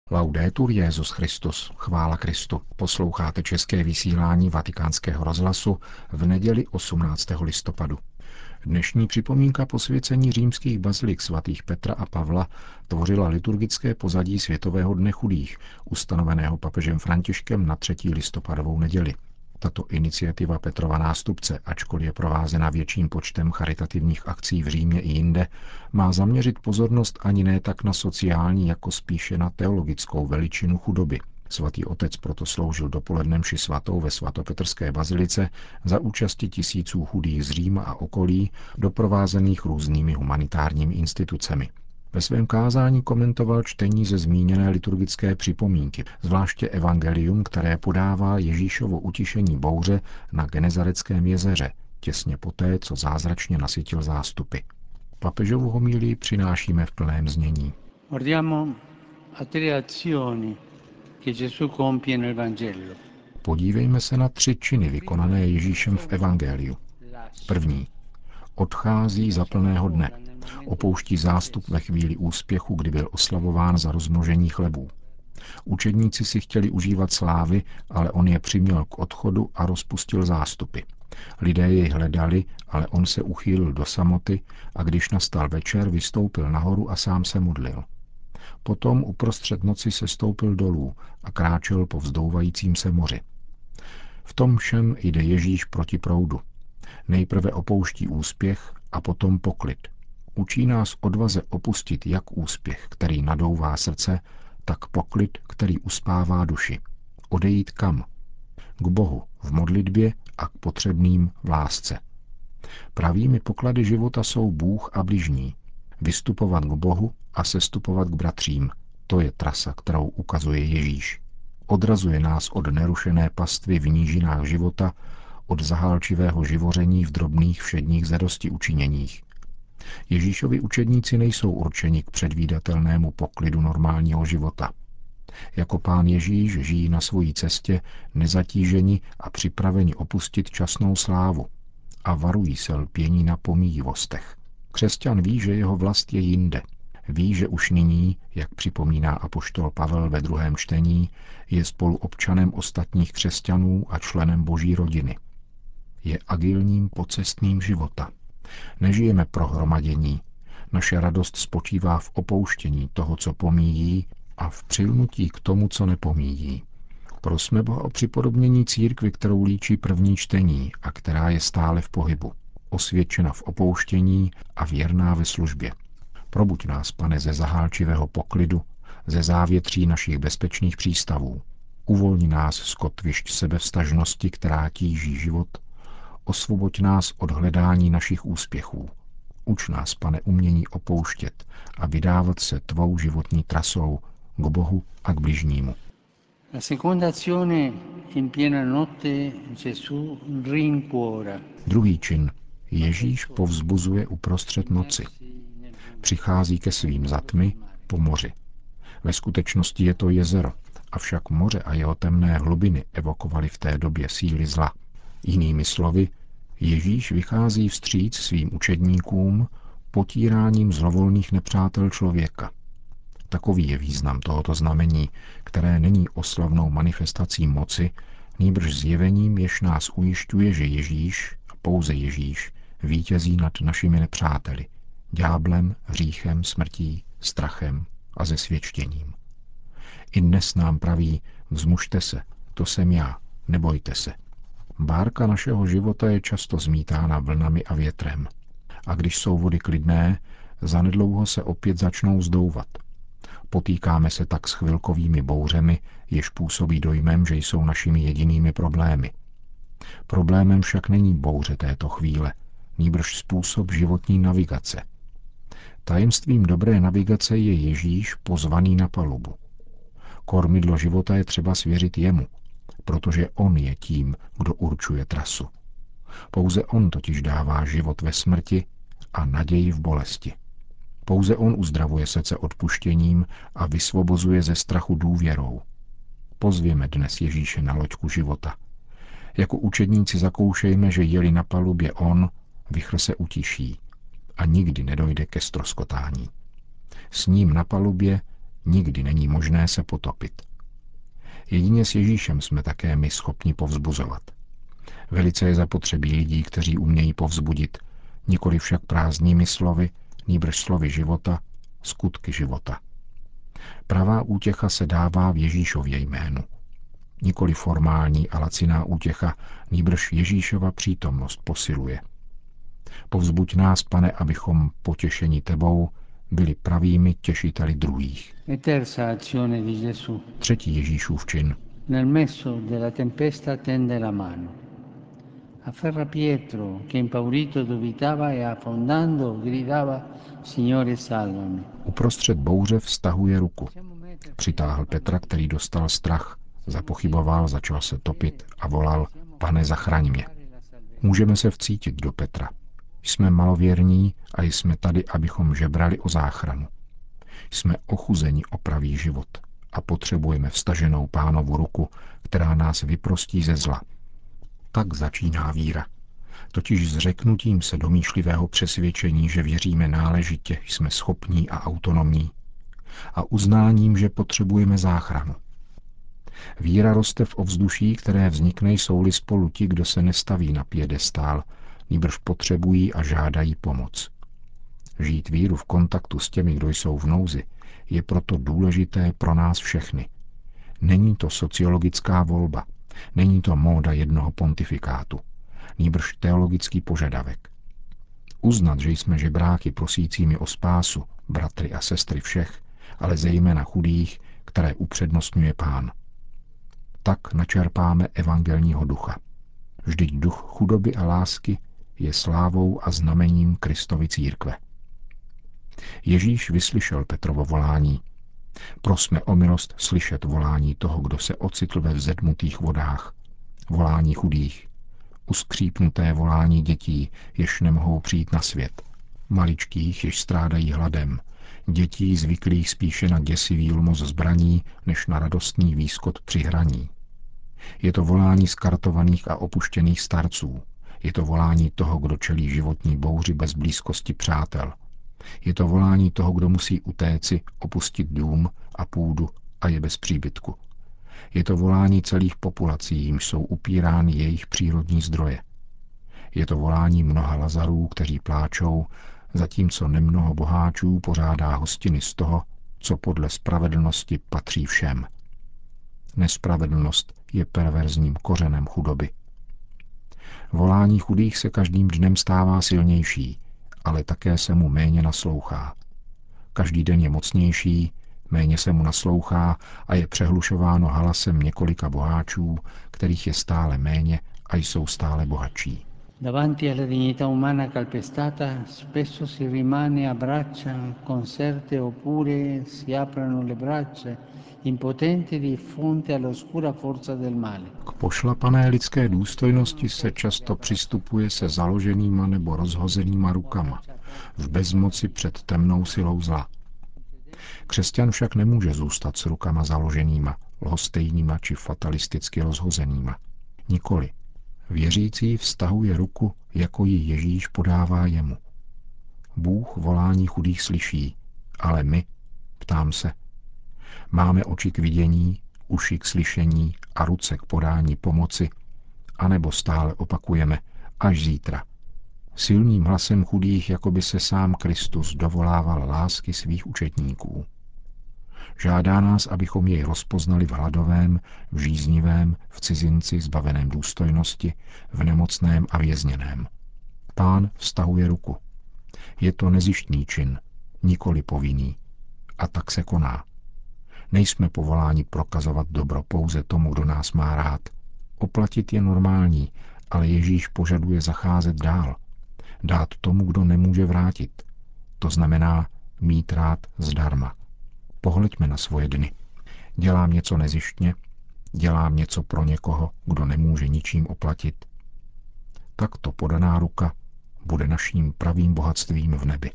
Laudetur Jesus Christus, chvála Kristu. Posloucháte české vysílání Vatikánského rozhlasu v neděli 18. listopadu. Dnešní připomínka posvěcení římských bazilik svatých Petra a Pavla tvořila liturgické pozadí Světového dne chudých, ustanoveného papežem Františkem na 3. listopadovou neděli. Tato iniciativa Petrova nástupce, ačkoliv je provázena větším počtem charitativních akcí v Římě i jinde, má zaměřit pozornost ani ne tak na sociální, jako spíše na teologickou veličinu chudoby. Svatý otec proto sloužil dopoledne mši svatou ve svatopetrské bazilice za účasti tisíců chudých z Říma a okolí, doprovázených různými humanitárními institucemi. Ve svém kázání komentoval čtení ze zmíněné liturgické připomínky, zvláště evangelium, které podává Ježíšovo utišení bouře na Genezareckém jezeře, těsně poté, co zázračně nasytil zástupy. Papežovu homílii přinášíme v plném znění. Podívejme se na 3 činy vykonané Ježíšem v evangeliu. První. Odchází za plného dne. Opouští zástup ve chvíli úspěchu, kdy byl oslavován za rozmnožení chlebů. Učedníci si chtěli užívat slávy, ale on je přiměl k odchodu a rozpustil zástupy. Lidé jej hledali, ale on se uchýlil do samoty a když nastal večer, vystoupil nahoru a sám se modlil. Potom uprostřed noci se stoupil dolů a kráčel po vzdouvajícím se moři. V tom všem jde Ježíš proti proudu. Nejprve opouští úspěch a potom poklid. Učí nás odvaze opustit jak úspěch, který nadouvá srdce, tak poklid, který uspává duši. Odejít kam? K Bohu v modlitbě a k potřebným v lásce. Pravými poklady života jsou Bůh a bližní. Vystupovat k Bohu a sestupovat k bratřím. To je trasa, kterou ukazuje Ježíš. Odrazuje nás od nerušené pastvy v nížinách života, od zahálčivého živoření v drobných všedních zadostiučiněních. Ježíšovi učedníci nejsou určeni k předvídatelnému poklidu normálního života. Jako Pán Ježíš žijí na svojí cestě nezatíženi a připraveni opustit časnou slávu a varují se lpění na pomíjivostech. Křesťan ví, že jeho vlast je jinde. Ví, že už nyní, jak připomíná apoštol Pavel ve 2. čtení, je spoluobčanem ostatních křesťanů a členem Boží rodiny. Je agilním pocestným života. Nežijeme pro hromadění. Naše radost spočívá v opouštění toho, co pomíjí, a v přilnutí k tomu, co nepomíjí. Prosme Boha o připodobnění církvi, kterou líčí 1. čtení a která je stále v pohybu, osvědčena v opouštění a věrná ve službě. Probuď nás, Pane, ze zahálčivého poklidu, ze závětří našich bezpečných přístavů. Uvolni nás z kotvišť sebevstažnosti, která tíží život. Osvoboď nás od hledání našich úspěchů. Uč nás, Pane, umění opouštět a vydávat se tvou životní trasou k Bohu a k bližnímu. Druhý čin. Ježíš povzbuzuje uprostřed noci. Přichází ke svým za tmy po moři. Ve skutečnosti je to jezero, avšak moře a jeho temné hlubiny evokovaly v té době síly zla. Jinými slovy, Ježíš vychází vstříc svým učedníkům potíráním zlovolných nepřátel člověka. Takový je význam tohoto znamení, které není oslavnou manifestací moci, nýbrž zjevením, jež nás ujišťuje, že Ježíš, a pouze Ježíš, vítězí nad našimi nepřáteli, ďáblem, hříchem, smrtí, strachem a zesvědčením. I dnes nám praví, vzmužte se, to jsem já, nebojte se. Bárka našeho života je často zmítána vlnami a větrem. A když jsou vody klidné, zanedlouho se opět začnou zdouvat. Potýkáme se tak s chvilkovými bouřemi, jež působí dojmem, že jsou našimi jedinými problémy. Problémem však není bouře této chvíle, nýbrž způsob životní navigace. Tajemstvím dobré navigace je Ježíš pozvaný na palubu. Kormidlo života je třeba svěřit jemu, protože on je tím, kdo určuje trasu. Pouze on totiž dává život ve smrti a naději v bolesti. Pouze on uzdravuje srdce odpuštěním a vysvobozuje ze strachu důvěrou. Pozvěme dnes Ježíše na loďku života. Jako učedníci zakoušejme, že jeli na palubě on, vichr se utiší a nikdy nedojde ke ztroskotání. S ním na palubě Nikdy není možné se potopit. Jedině s Ježíšem jsme také my schopni povzbuzovat. Velice je zapotřebí lidí, kteří umějí povzbudit, nikoli však prázdnými slovy, nýbrž slovy života, skutky života. Pravá útěcha se dává v Ježíšově jménu. Nikoli formální a laciná útěcha, nýbrž Ježíšova přítomnost posiluje. Povzbuď nás, Pane, abychom potěšeni tebou byli pravými těšiteli druhých. Třetí Ježíšův čin. Nel mezzo della tempesta tende la mano. Afferra Pietro, che impaurito dubitava e affondando gridava: Signore, salvami. Uprostřed bouře vztahuje ruku. Přitáhl Petra, který dostal strach, zapochyboval, začal se topit a volal: Pane, zachraň mě. Můžeme se vcítit do Petra. Jsme malověrní a jsme tady, abychom žebrali o záchranu. Jsme ochuzeni o pravý život a potřebujeme vztaženou Pánovu ruku, která nás vyprostí ze zla. Tak začíná víra. Totiž zřeknutím se domýšlivého přesvědčení, že věříme náležitě, jsme schopní a autonomní, a uznáním, že potřebujeme záchranu. Víra roste v ovzduší, které vznikne, jsou-li spolu ti, kdo se nestaví na piedestál, nýbrž potřebují a žádají pomoc. Žít víru v kontaktu s těmi, kdo jsou v nouzi, je proto důležité pro nás všechny. Není to sociologická volba, není to móda jednoho pontifikátu, nýbrž teologický požadavek. Uznat, že jsme žebráky prosícími o spásu, bratry a sestry všech, ale zejména chudých, které upřednostňuje Pán. Tak načerpáme evangelního ducha. Vždyť duch chudoby a lásky je slávou a znamením Kristovy církve. Ježíš vyslyšel Petrovo volání. Prosme o milost slyšet volání toho, kdo se ocitl ve vzedmutých vodách, volání chudých, uskřípnuté volání dětí, jež nemohou přijít na svět, maličkých, jež strádají hladem, dětí zvyklých spíše na děsivý lmos zbraní, než na radostný výskot při hraní. Je to volání skartovaných a opuštěných starců. Je to volání toho, kdo čelí životní bouři bez blízkosti přátel. Je to volání toho, kdo musí utéci, opustit dům a půdu a je bez příbytku. Je to volání celých populací, jimž jsou upírány jejich přírodní zdroje. Je to volání mnoha Lazarů, kteří pláčou, zatímco nemnoho boháčů pořádá hostiny z toho, co podle spravedlnosti patří všem. Nespravedlnost je perverzním kořenem chudoby. Volání chudých se každým dnem stává silnější, ale také se mu méně naslouchá. Každý den je mocnější, méně se mu naslouchá a je přehlušováno halasem několika boháčů, kterých je stále méně a jsou stále bohatší. Davanti alla dignità umana calpestata spesso si rimane a braccia concerte oppure si aprono le braccia impotenti di fronte all'oscura forza del male. K pošlapané lidské důstojnosti se často přistupuje se založenýma nebo rozhozenýma rukama, v bezmoci před temnou silou zla. Křesťan však nemůže zůstat s rukama založenýma, lhostejnýma či fatalisticky rozhozenýma. Nikoli. Věřící vztahuje ruku, jako ji Ježíš podává jemu. Bůh volání chudých slyší, ale my, ptám se, máme oči k vidění, uši k slyšení a ruce k podání pomoci, anebo stále opakujeme až zítra. Silným hlasem chudých, jako by se sám Kristus dovolával lásky svých učedníků. Žádá nás, abychom jej rozpoznali v hladovém, v žíznivém, v cizinci zbaveném důstojnosti, v nemocném a vězněném. Pán vztahuje ruku. Je to nezištný čin, nikoli povinný. A tak se koná. Nejsme povoláni prokazovat dobro pouze tomu, kdo nás má rád. Oplatit je normální, ale Ježíš požaduje zacházet dál. Dát tomu, kdo nemůže vrátit. To znamená mít rád zdarma. Pohleďme na svoje dny. Dělám něco nezištně, dělám něco pro někoho, kdo nemůže ničím oplatit. Takto podaná ruka bude naším pravým bohatstvím v nebi.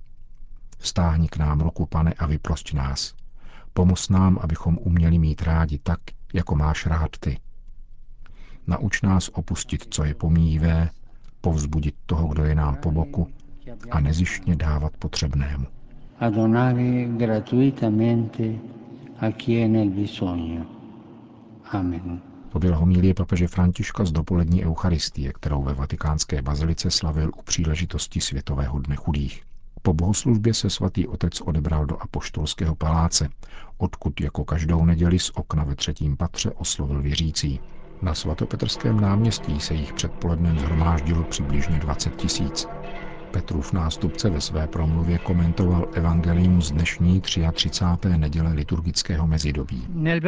Vztáhni k nám ruku, Pane, a vyprosť nás. Pomoz nám, abychom uměli mít rádi tak, jako máš rád ty. Nauč nás opustit, co je pomíjivé, povzbudit toho, kdo je nám po boku, a nezištně dávat potřebnému. a donare gratuitamente a chi è nel bisogno. Amen. To byla homilie papeže Františka z dopolední eucharistie, kterou ve vatikánské bazilice slavil u příležitosti Světového dne chudých. Po bohoslužbě se svatý otec odebral do apoštolského paláce, odkud jako každou neděli z okna ve 3. patře oslovil věřící. Na svatopetrském náměstí se jich předpolednem shromáždilo přibližně 20 000. Petrův nástupce ve své promluvě komentoval evangelium z dnešní 33. neděle liturgického mezidobí.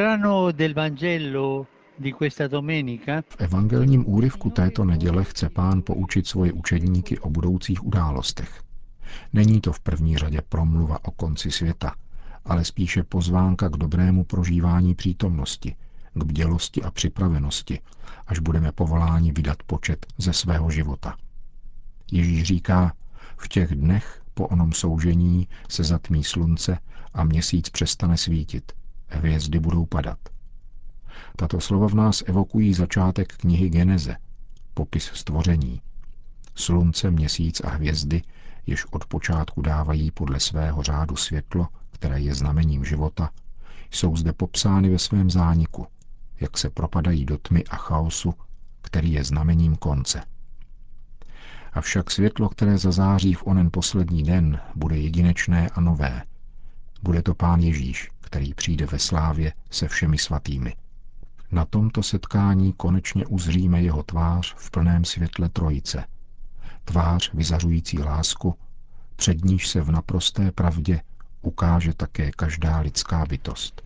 V evangelním úryvku této neděle chce Pán poučit svoje učedníky o budoucích událostech. Není to v první řadě promluva o konci světa, ale spíše pozvánka k dobrému prožívání přítomnosti, k bdělosti a připravenosti, až budeme povoláni vydat počet ze svého života. Ježíš říká, v těch dnech po onom soužení se zatmí slunce a měsíc přestane svítit, hvězdy budou padat. Tato slova v nás evokují začátek knihy Geneze, popis stvoření. Slunce, měsíc a hvězdy, jež od počátku dávají podle svého řádu světlo, které je znamením života, jsou zde popsány ve svém zániku, jak se propadají do tmy a chaosu, který je znamením konce. Avšak světlo, které zazáří v onen poslední den, bude jedinečné a nové. Bude to Pán Ježíš, který přijde ve slávě se všemi svatými. Na tomto setkání konečně uzříme jeho tvář v plném světle Trojice. Tvář vyzařující lásku, před níž se v naprosté pravdě ukáže také každá lidská bytost.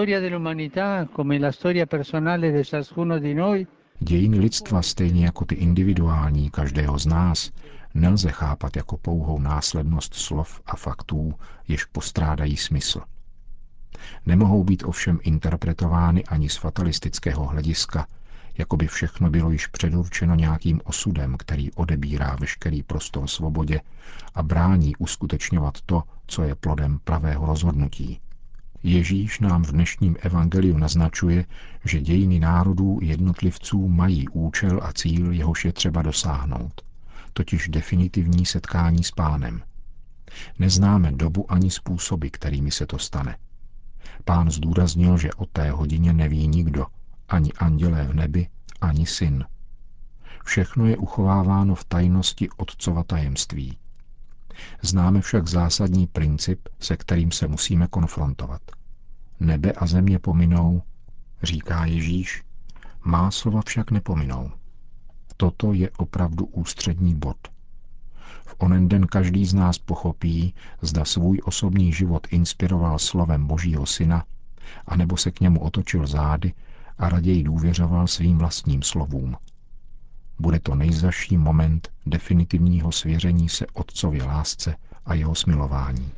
Dějiny lidstva, stejně jako ty individuální každého z nás, nelze chápat jako pouhou následnost slov a faktů, jež postrádají smysl. Nemohou být ovšem interpretovány ani z fatalistického hlediska, jako by všechno bylo již předurčeno nějakým osudem, který odebírá veškerý prostor svobodě a brání uskutečňovat to, co je plodem pravého rozhodnutí. Ježíš nám v dnešním evangeliu naznačuje, že dějiny národů jednotlivců mají účel a cíl, jehož je třeba dosáhnout, totiž definitivní setkání s Pánem. Neznáme dobu ani způsoby, kterými se to stane. Pán zdůraznil, že o té hodině neví nikdo, ani andělé v nebi, ani syn. Všechno je uchováváno v tajnosti Otcova tajemství. Známe však zásadní princip, se kterým se musíme konfrontovat. Nebe a země pominou, říká Ježíš, má slova však nepominou. Toto je opravdu ústřední bod. V onen den každý z nás pochopí, zda svůj osobní život inspiroval slovem Božího Syna, anebo se k němu otočil zády a raději důvěřoval svým vlastním slovům. Bude to nejzazší moment definitivního svěření se Otcově lásce a jeho smilování.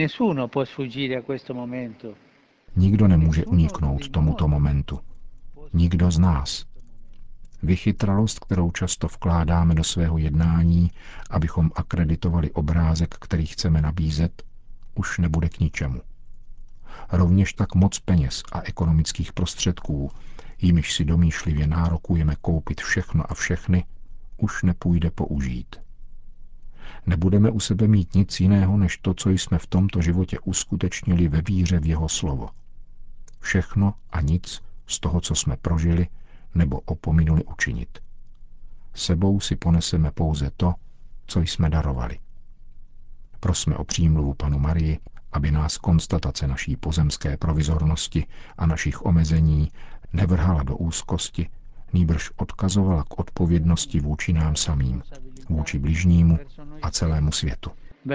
Nikdo nemůže uniknout tomuto momentu. Nikdo z nás. Vychytralost, kterou často vkládáme do svého jednání, abychom akreditovali obrázek, který chceme nabízet, už nebude k ničemu. Rovněž tak moc peněz a ekonomických prostředků, jimiž si domýšlivě nárokujeme koupit všechno a všechny, už nepůjde použít. Nebudeme u sebe mít nic jiného, než to, co jsme v tomto životě uskutečnili ve víře v jeho slovo. Všechno a nic z toho, co jsme prožili nebo opominuli učinit. Sebou si poneseme pouze to, co jsme darovali. Prosme o přímluvu Panu Marii, aby nás konstatace naší pozemské provizornosti a našich omezení nevrhala do úzkosti, nýbrž odkazovala k odpovědnosti vůči nám samým, vůči bližnímu a celému světu.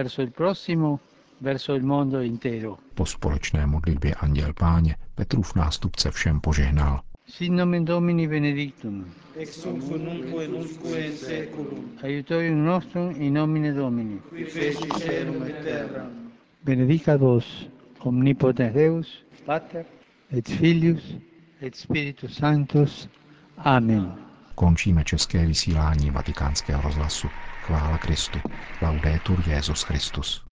Po společné modlitbě Anděl Páně Petrův nástupce všem požehnal. Sit nomen Domini benedictum. Ex hoc nunc et usque in seculum. Aiutorium nostrum in nomine Domini. Qui feci caelum et terram. Benedicat vos omnipotens Deus, Pater et Filius et Spiritus Sanctus. Amen. Končíme české vysílání Vatikánského rozhlasu. Chvála Kristu. Laudetur Jesus Christus.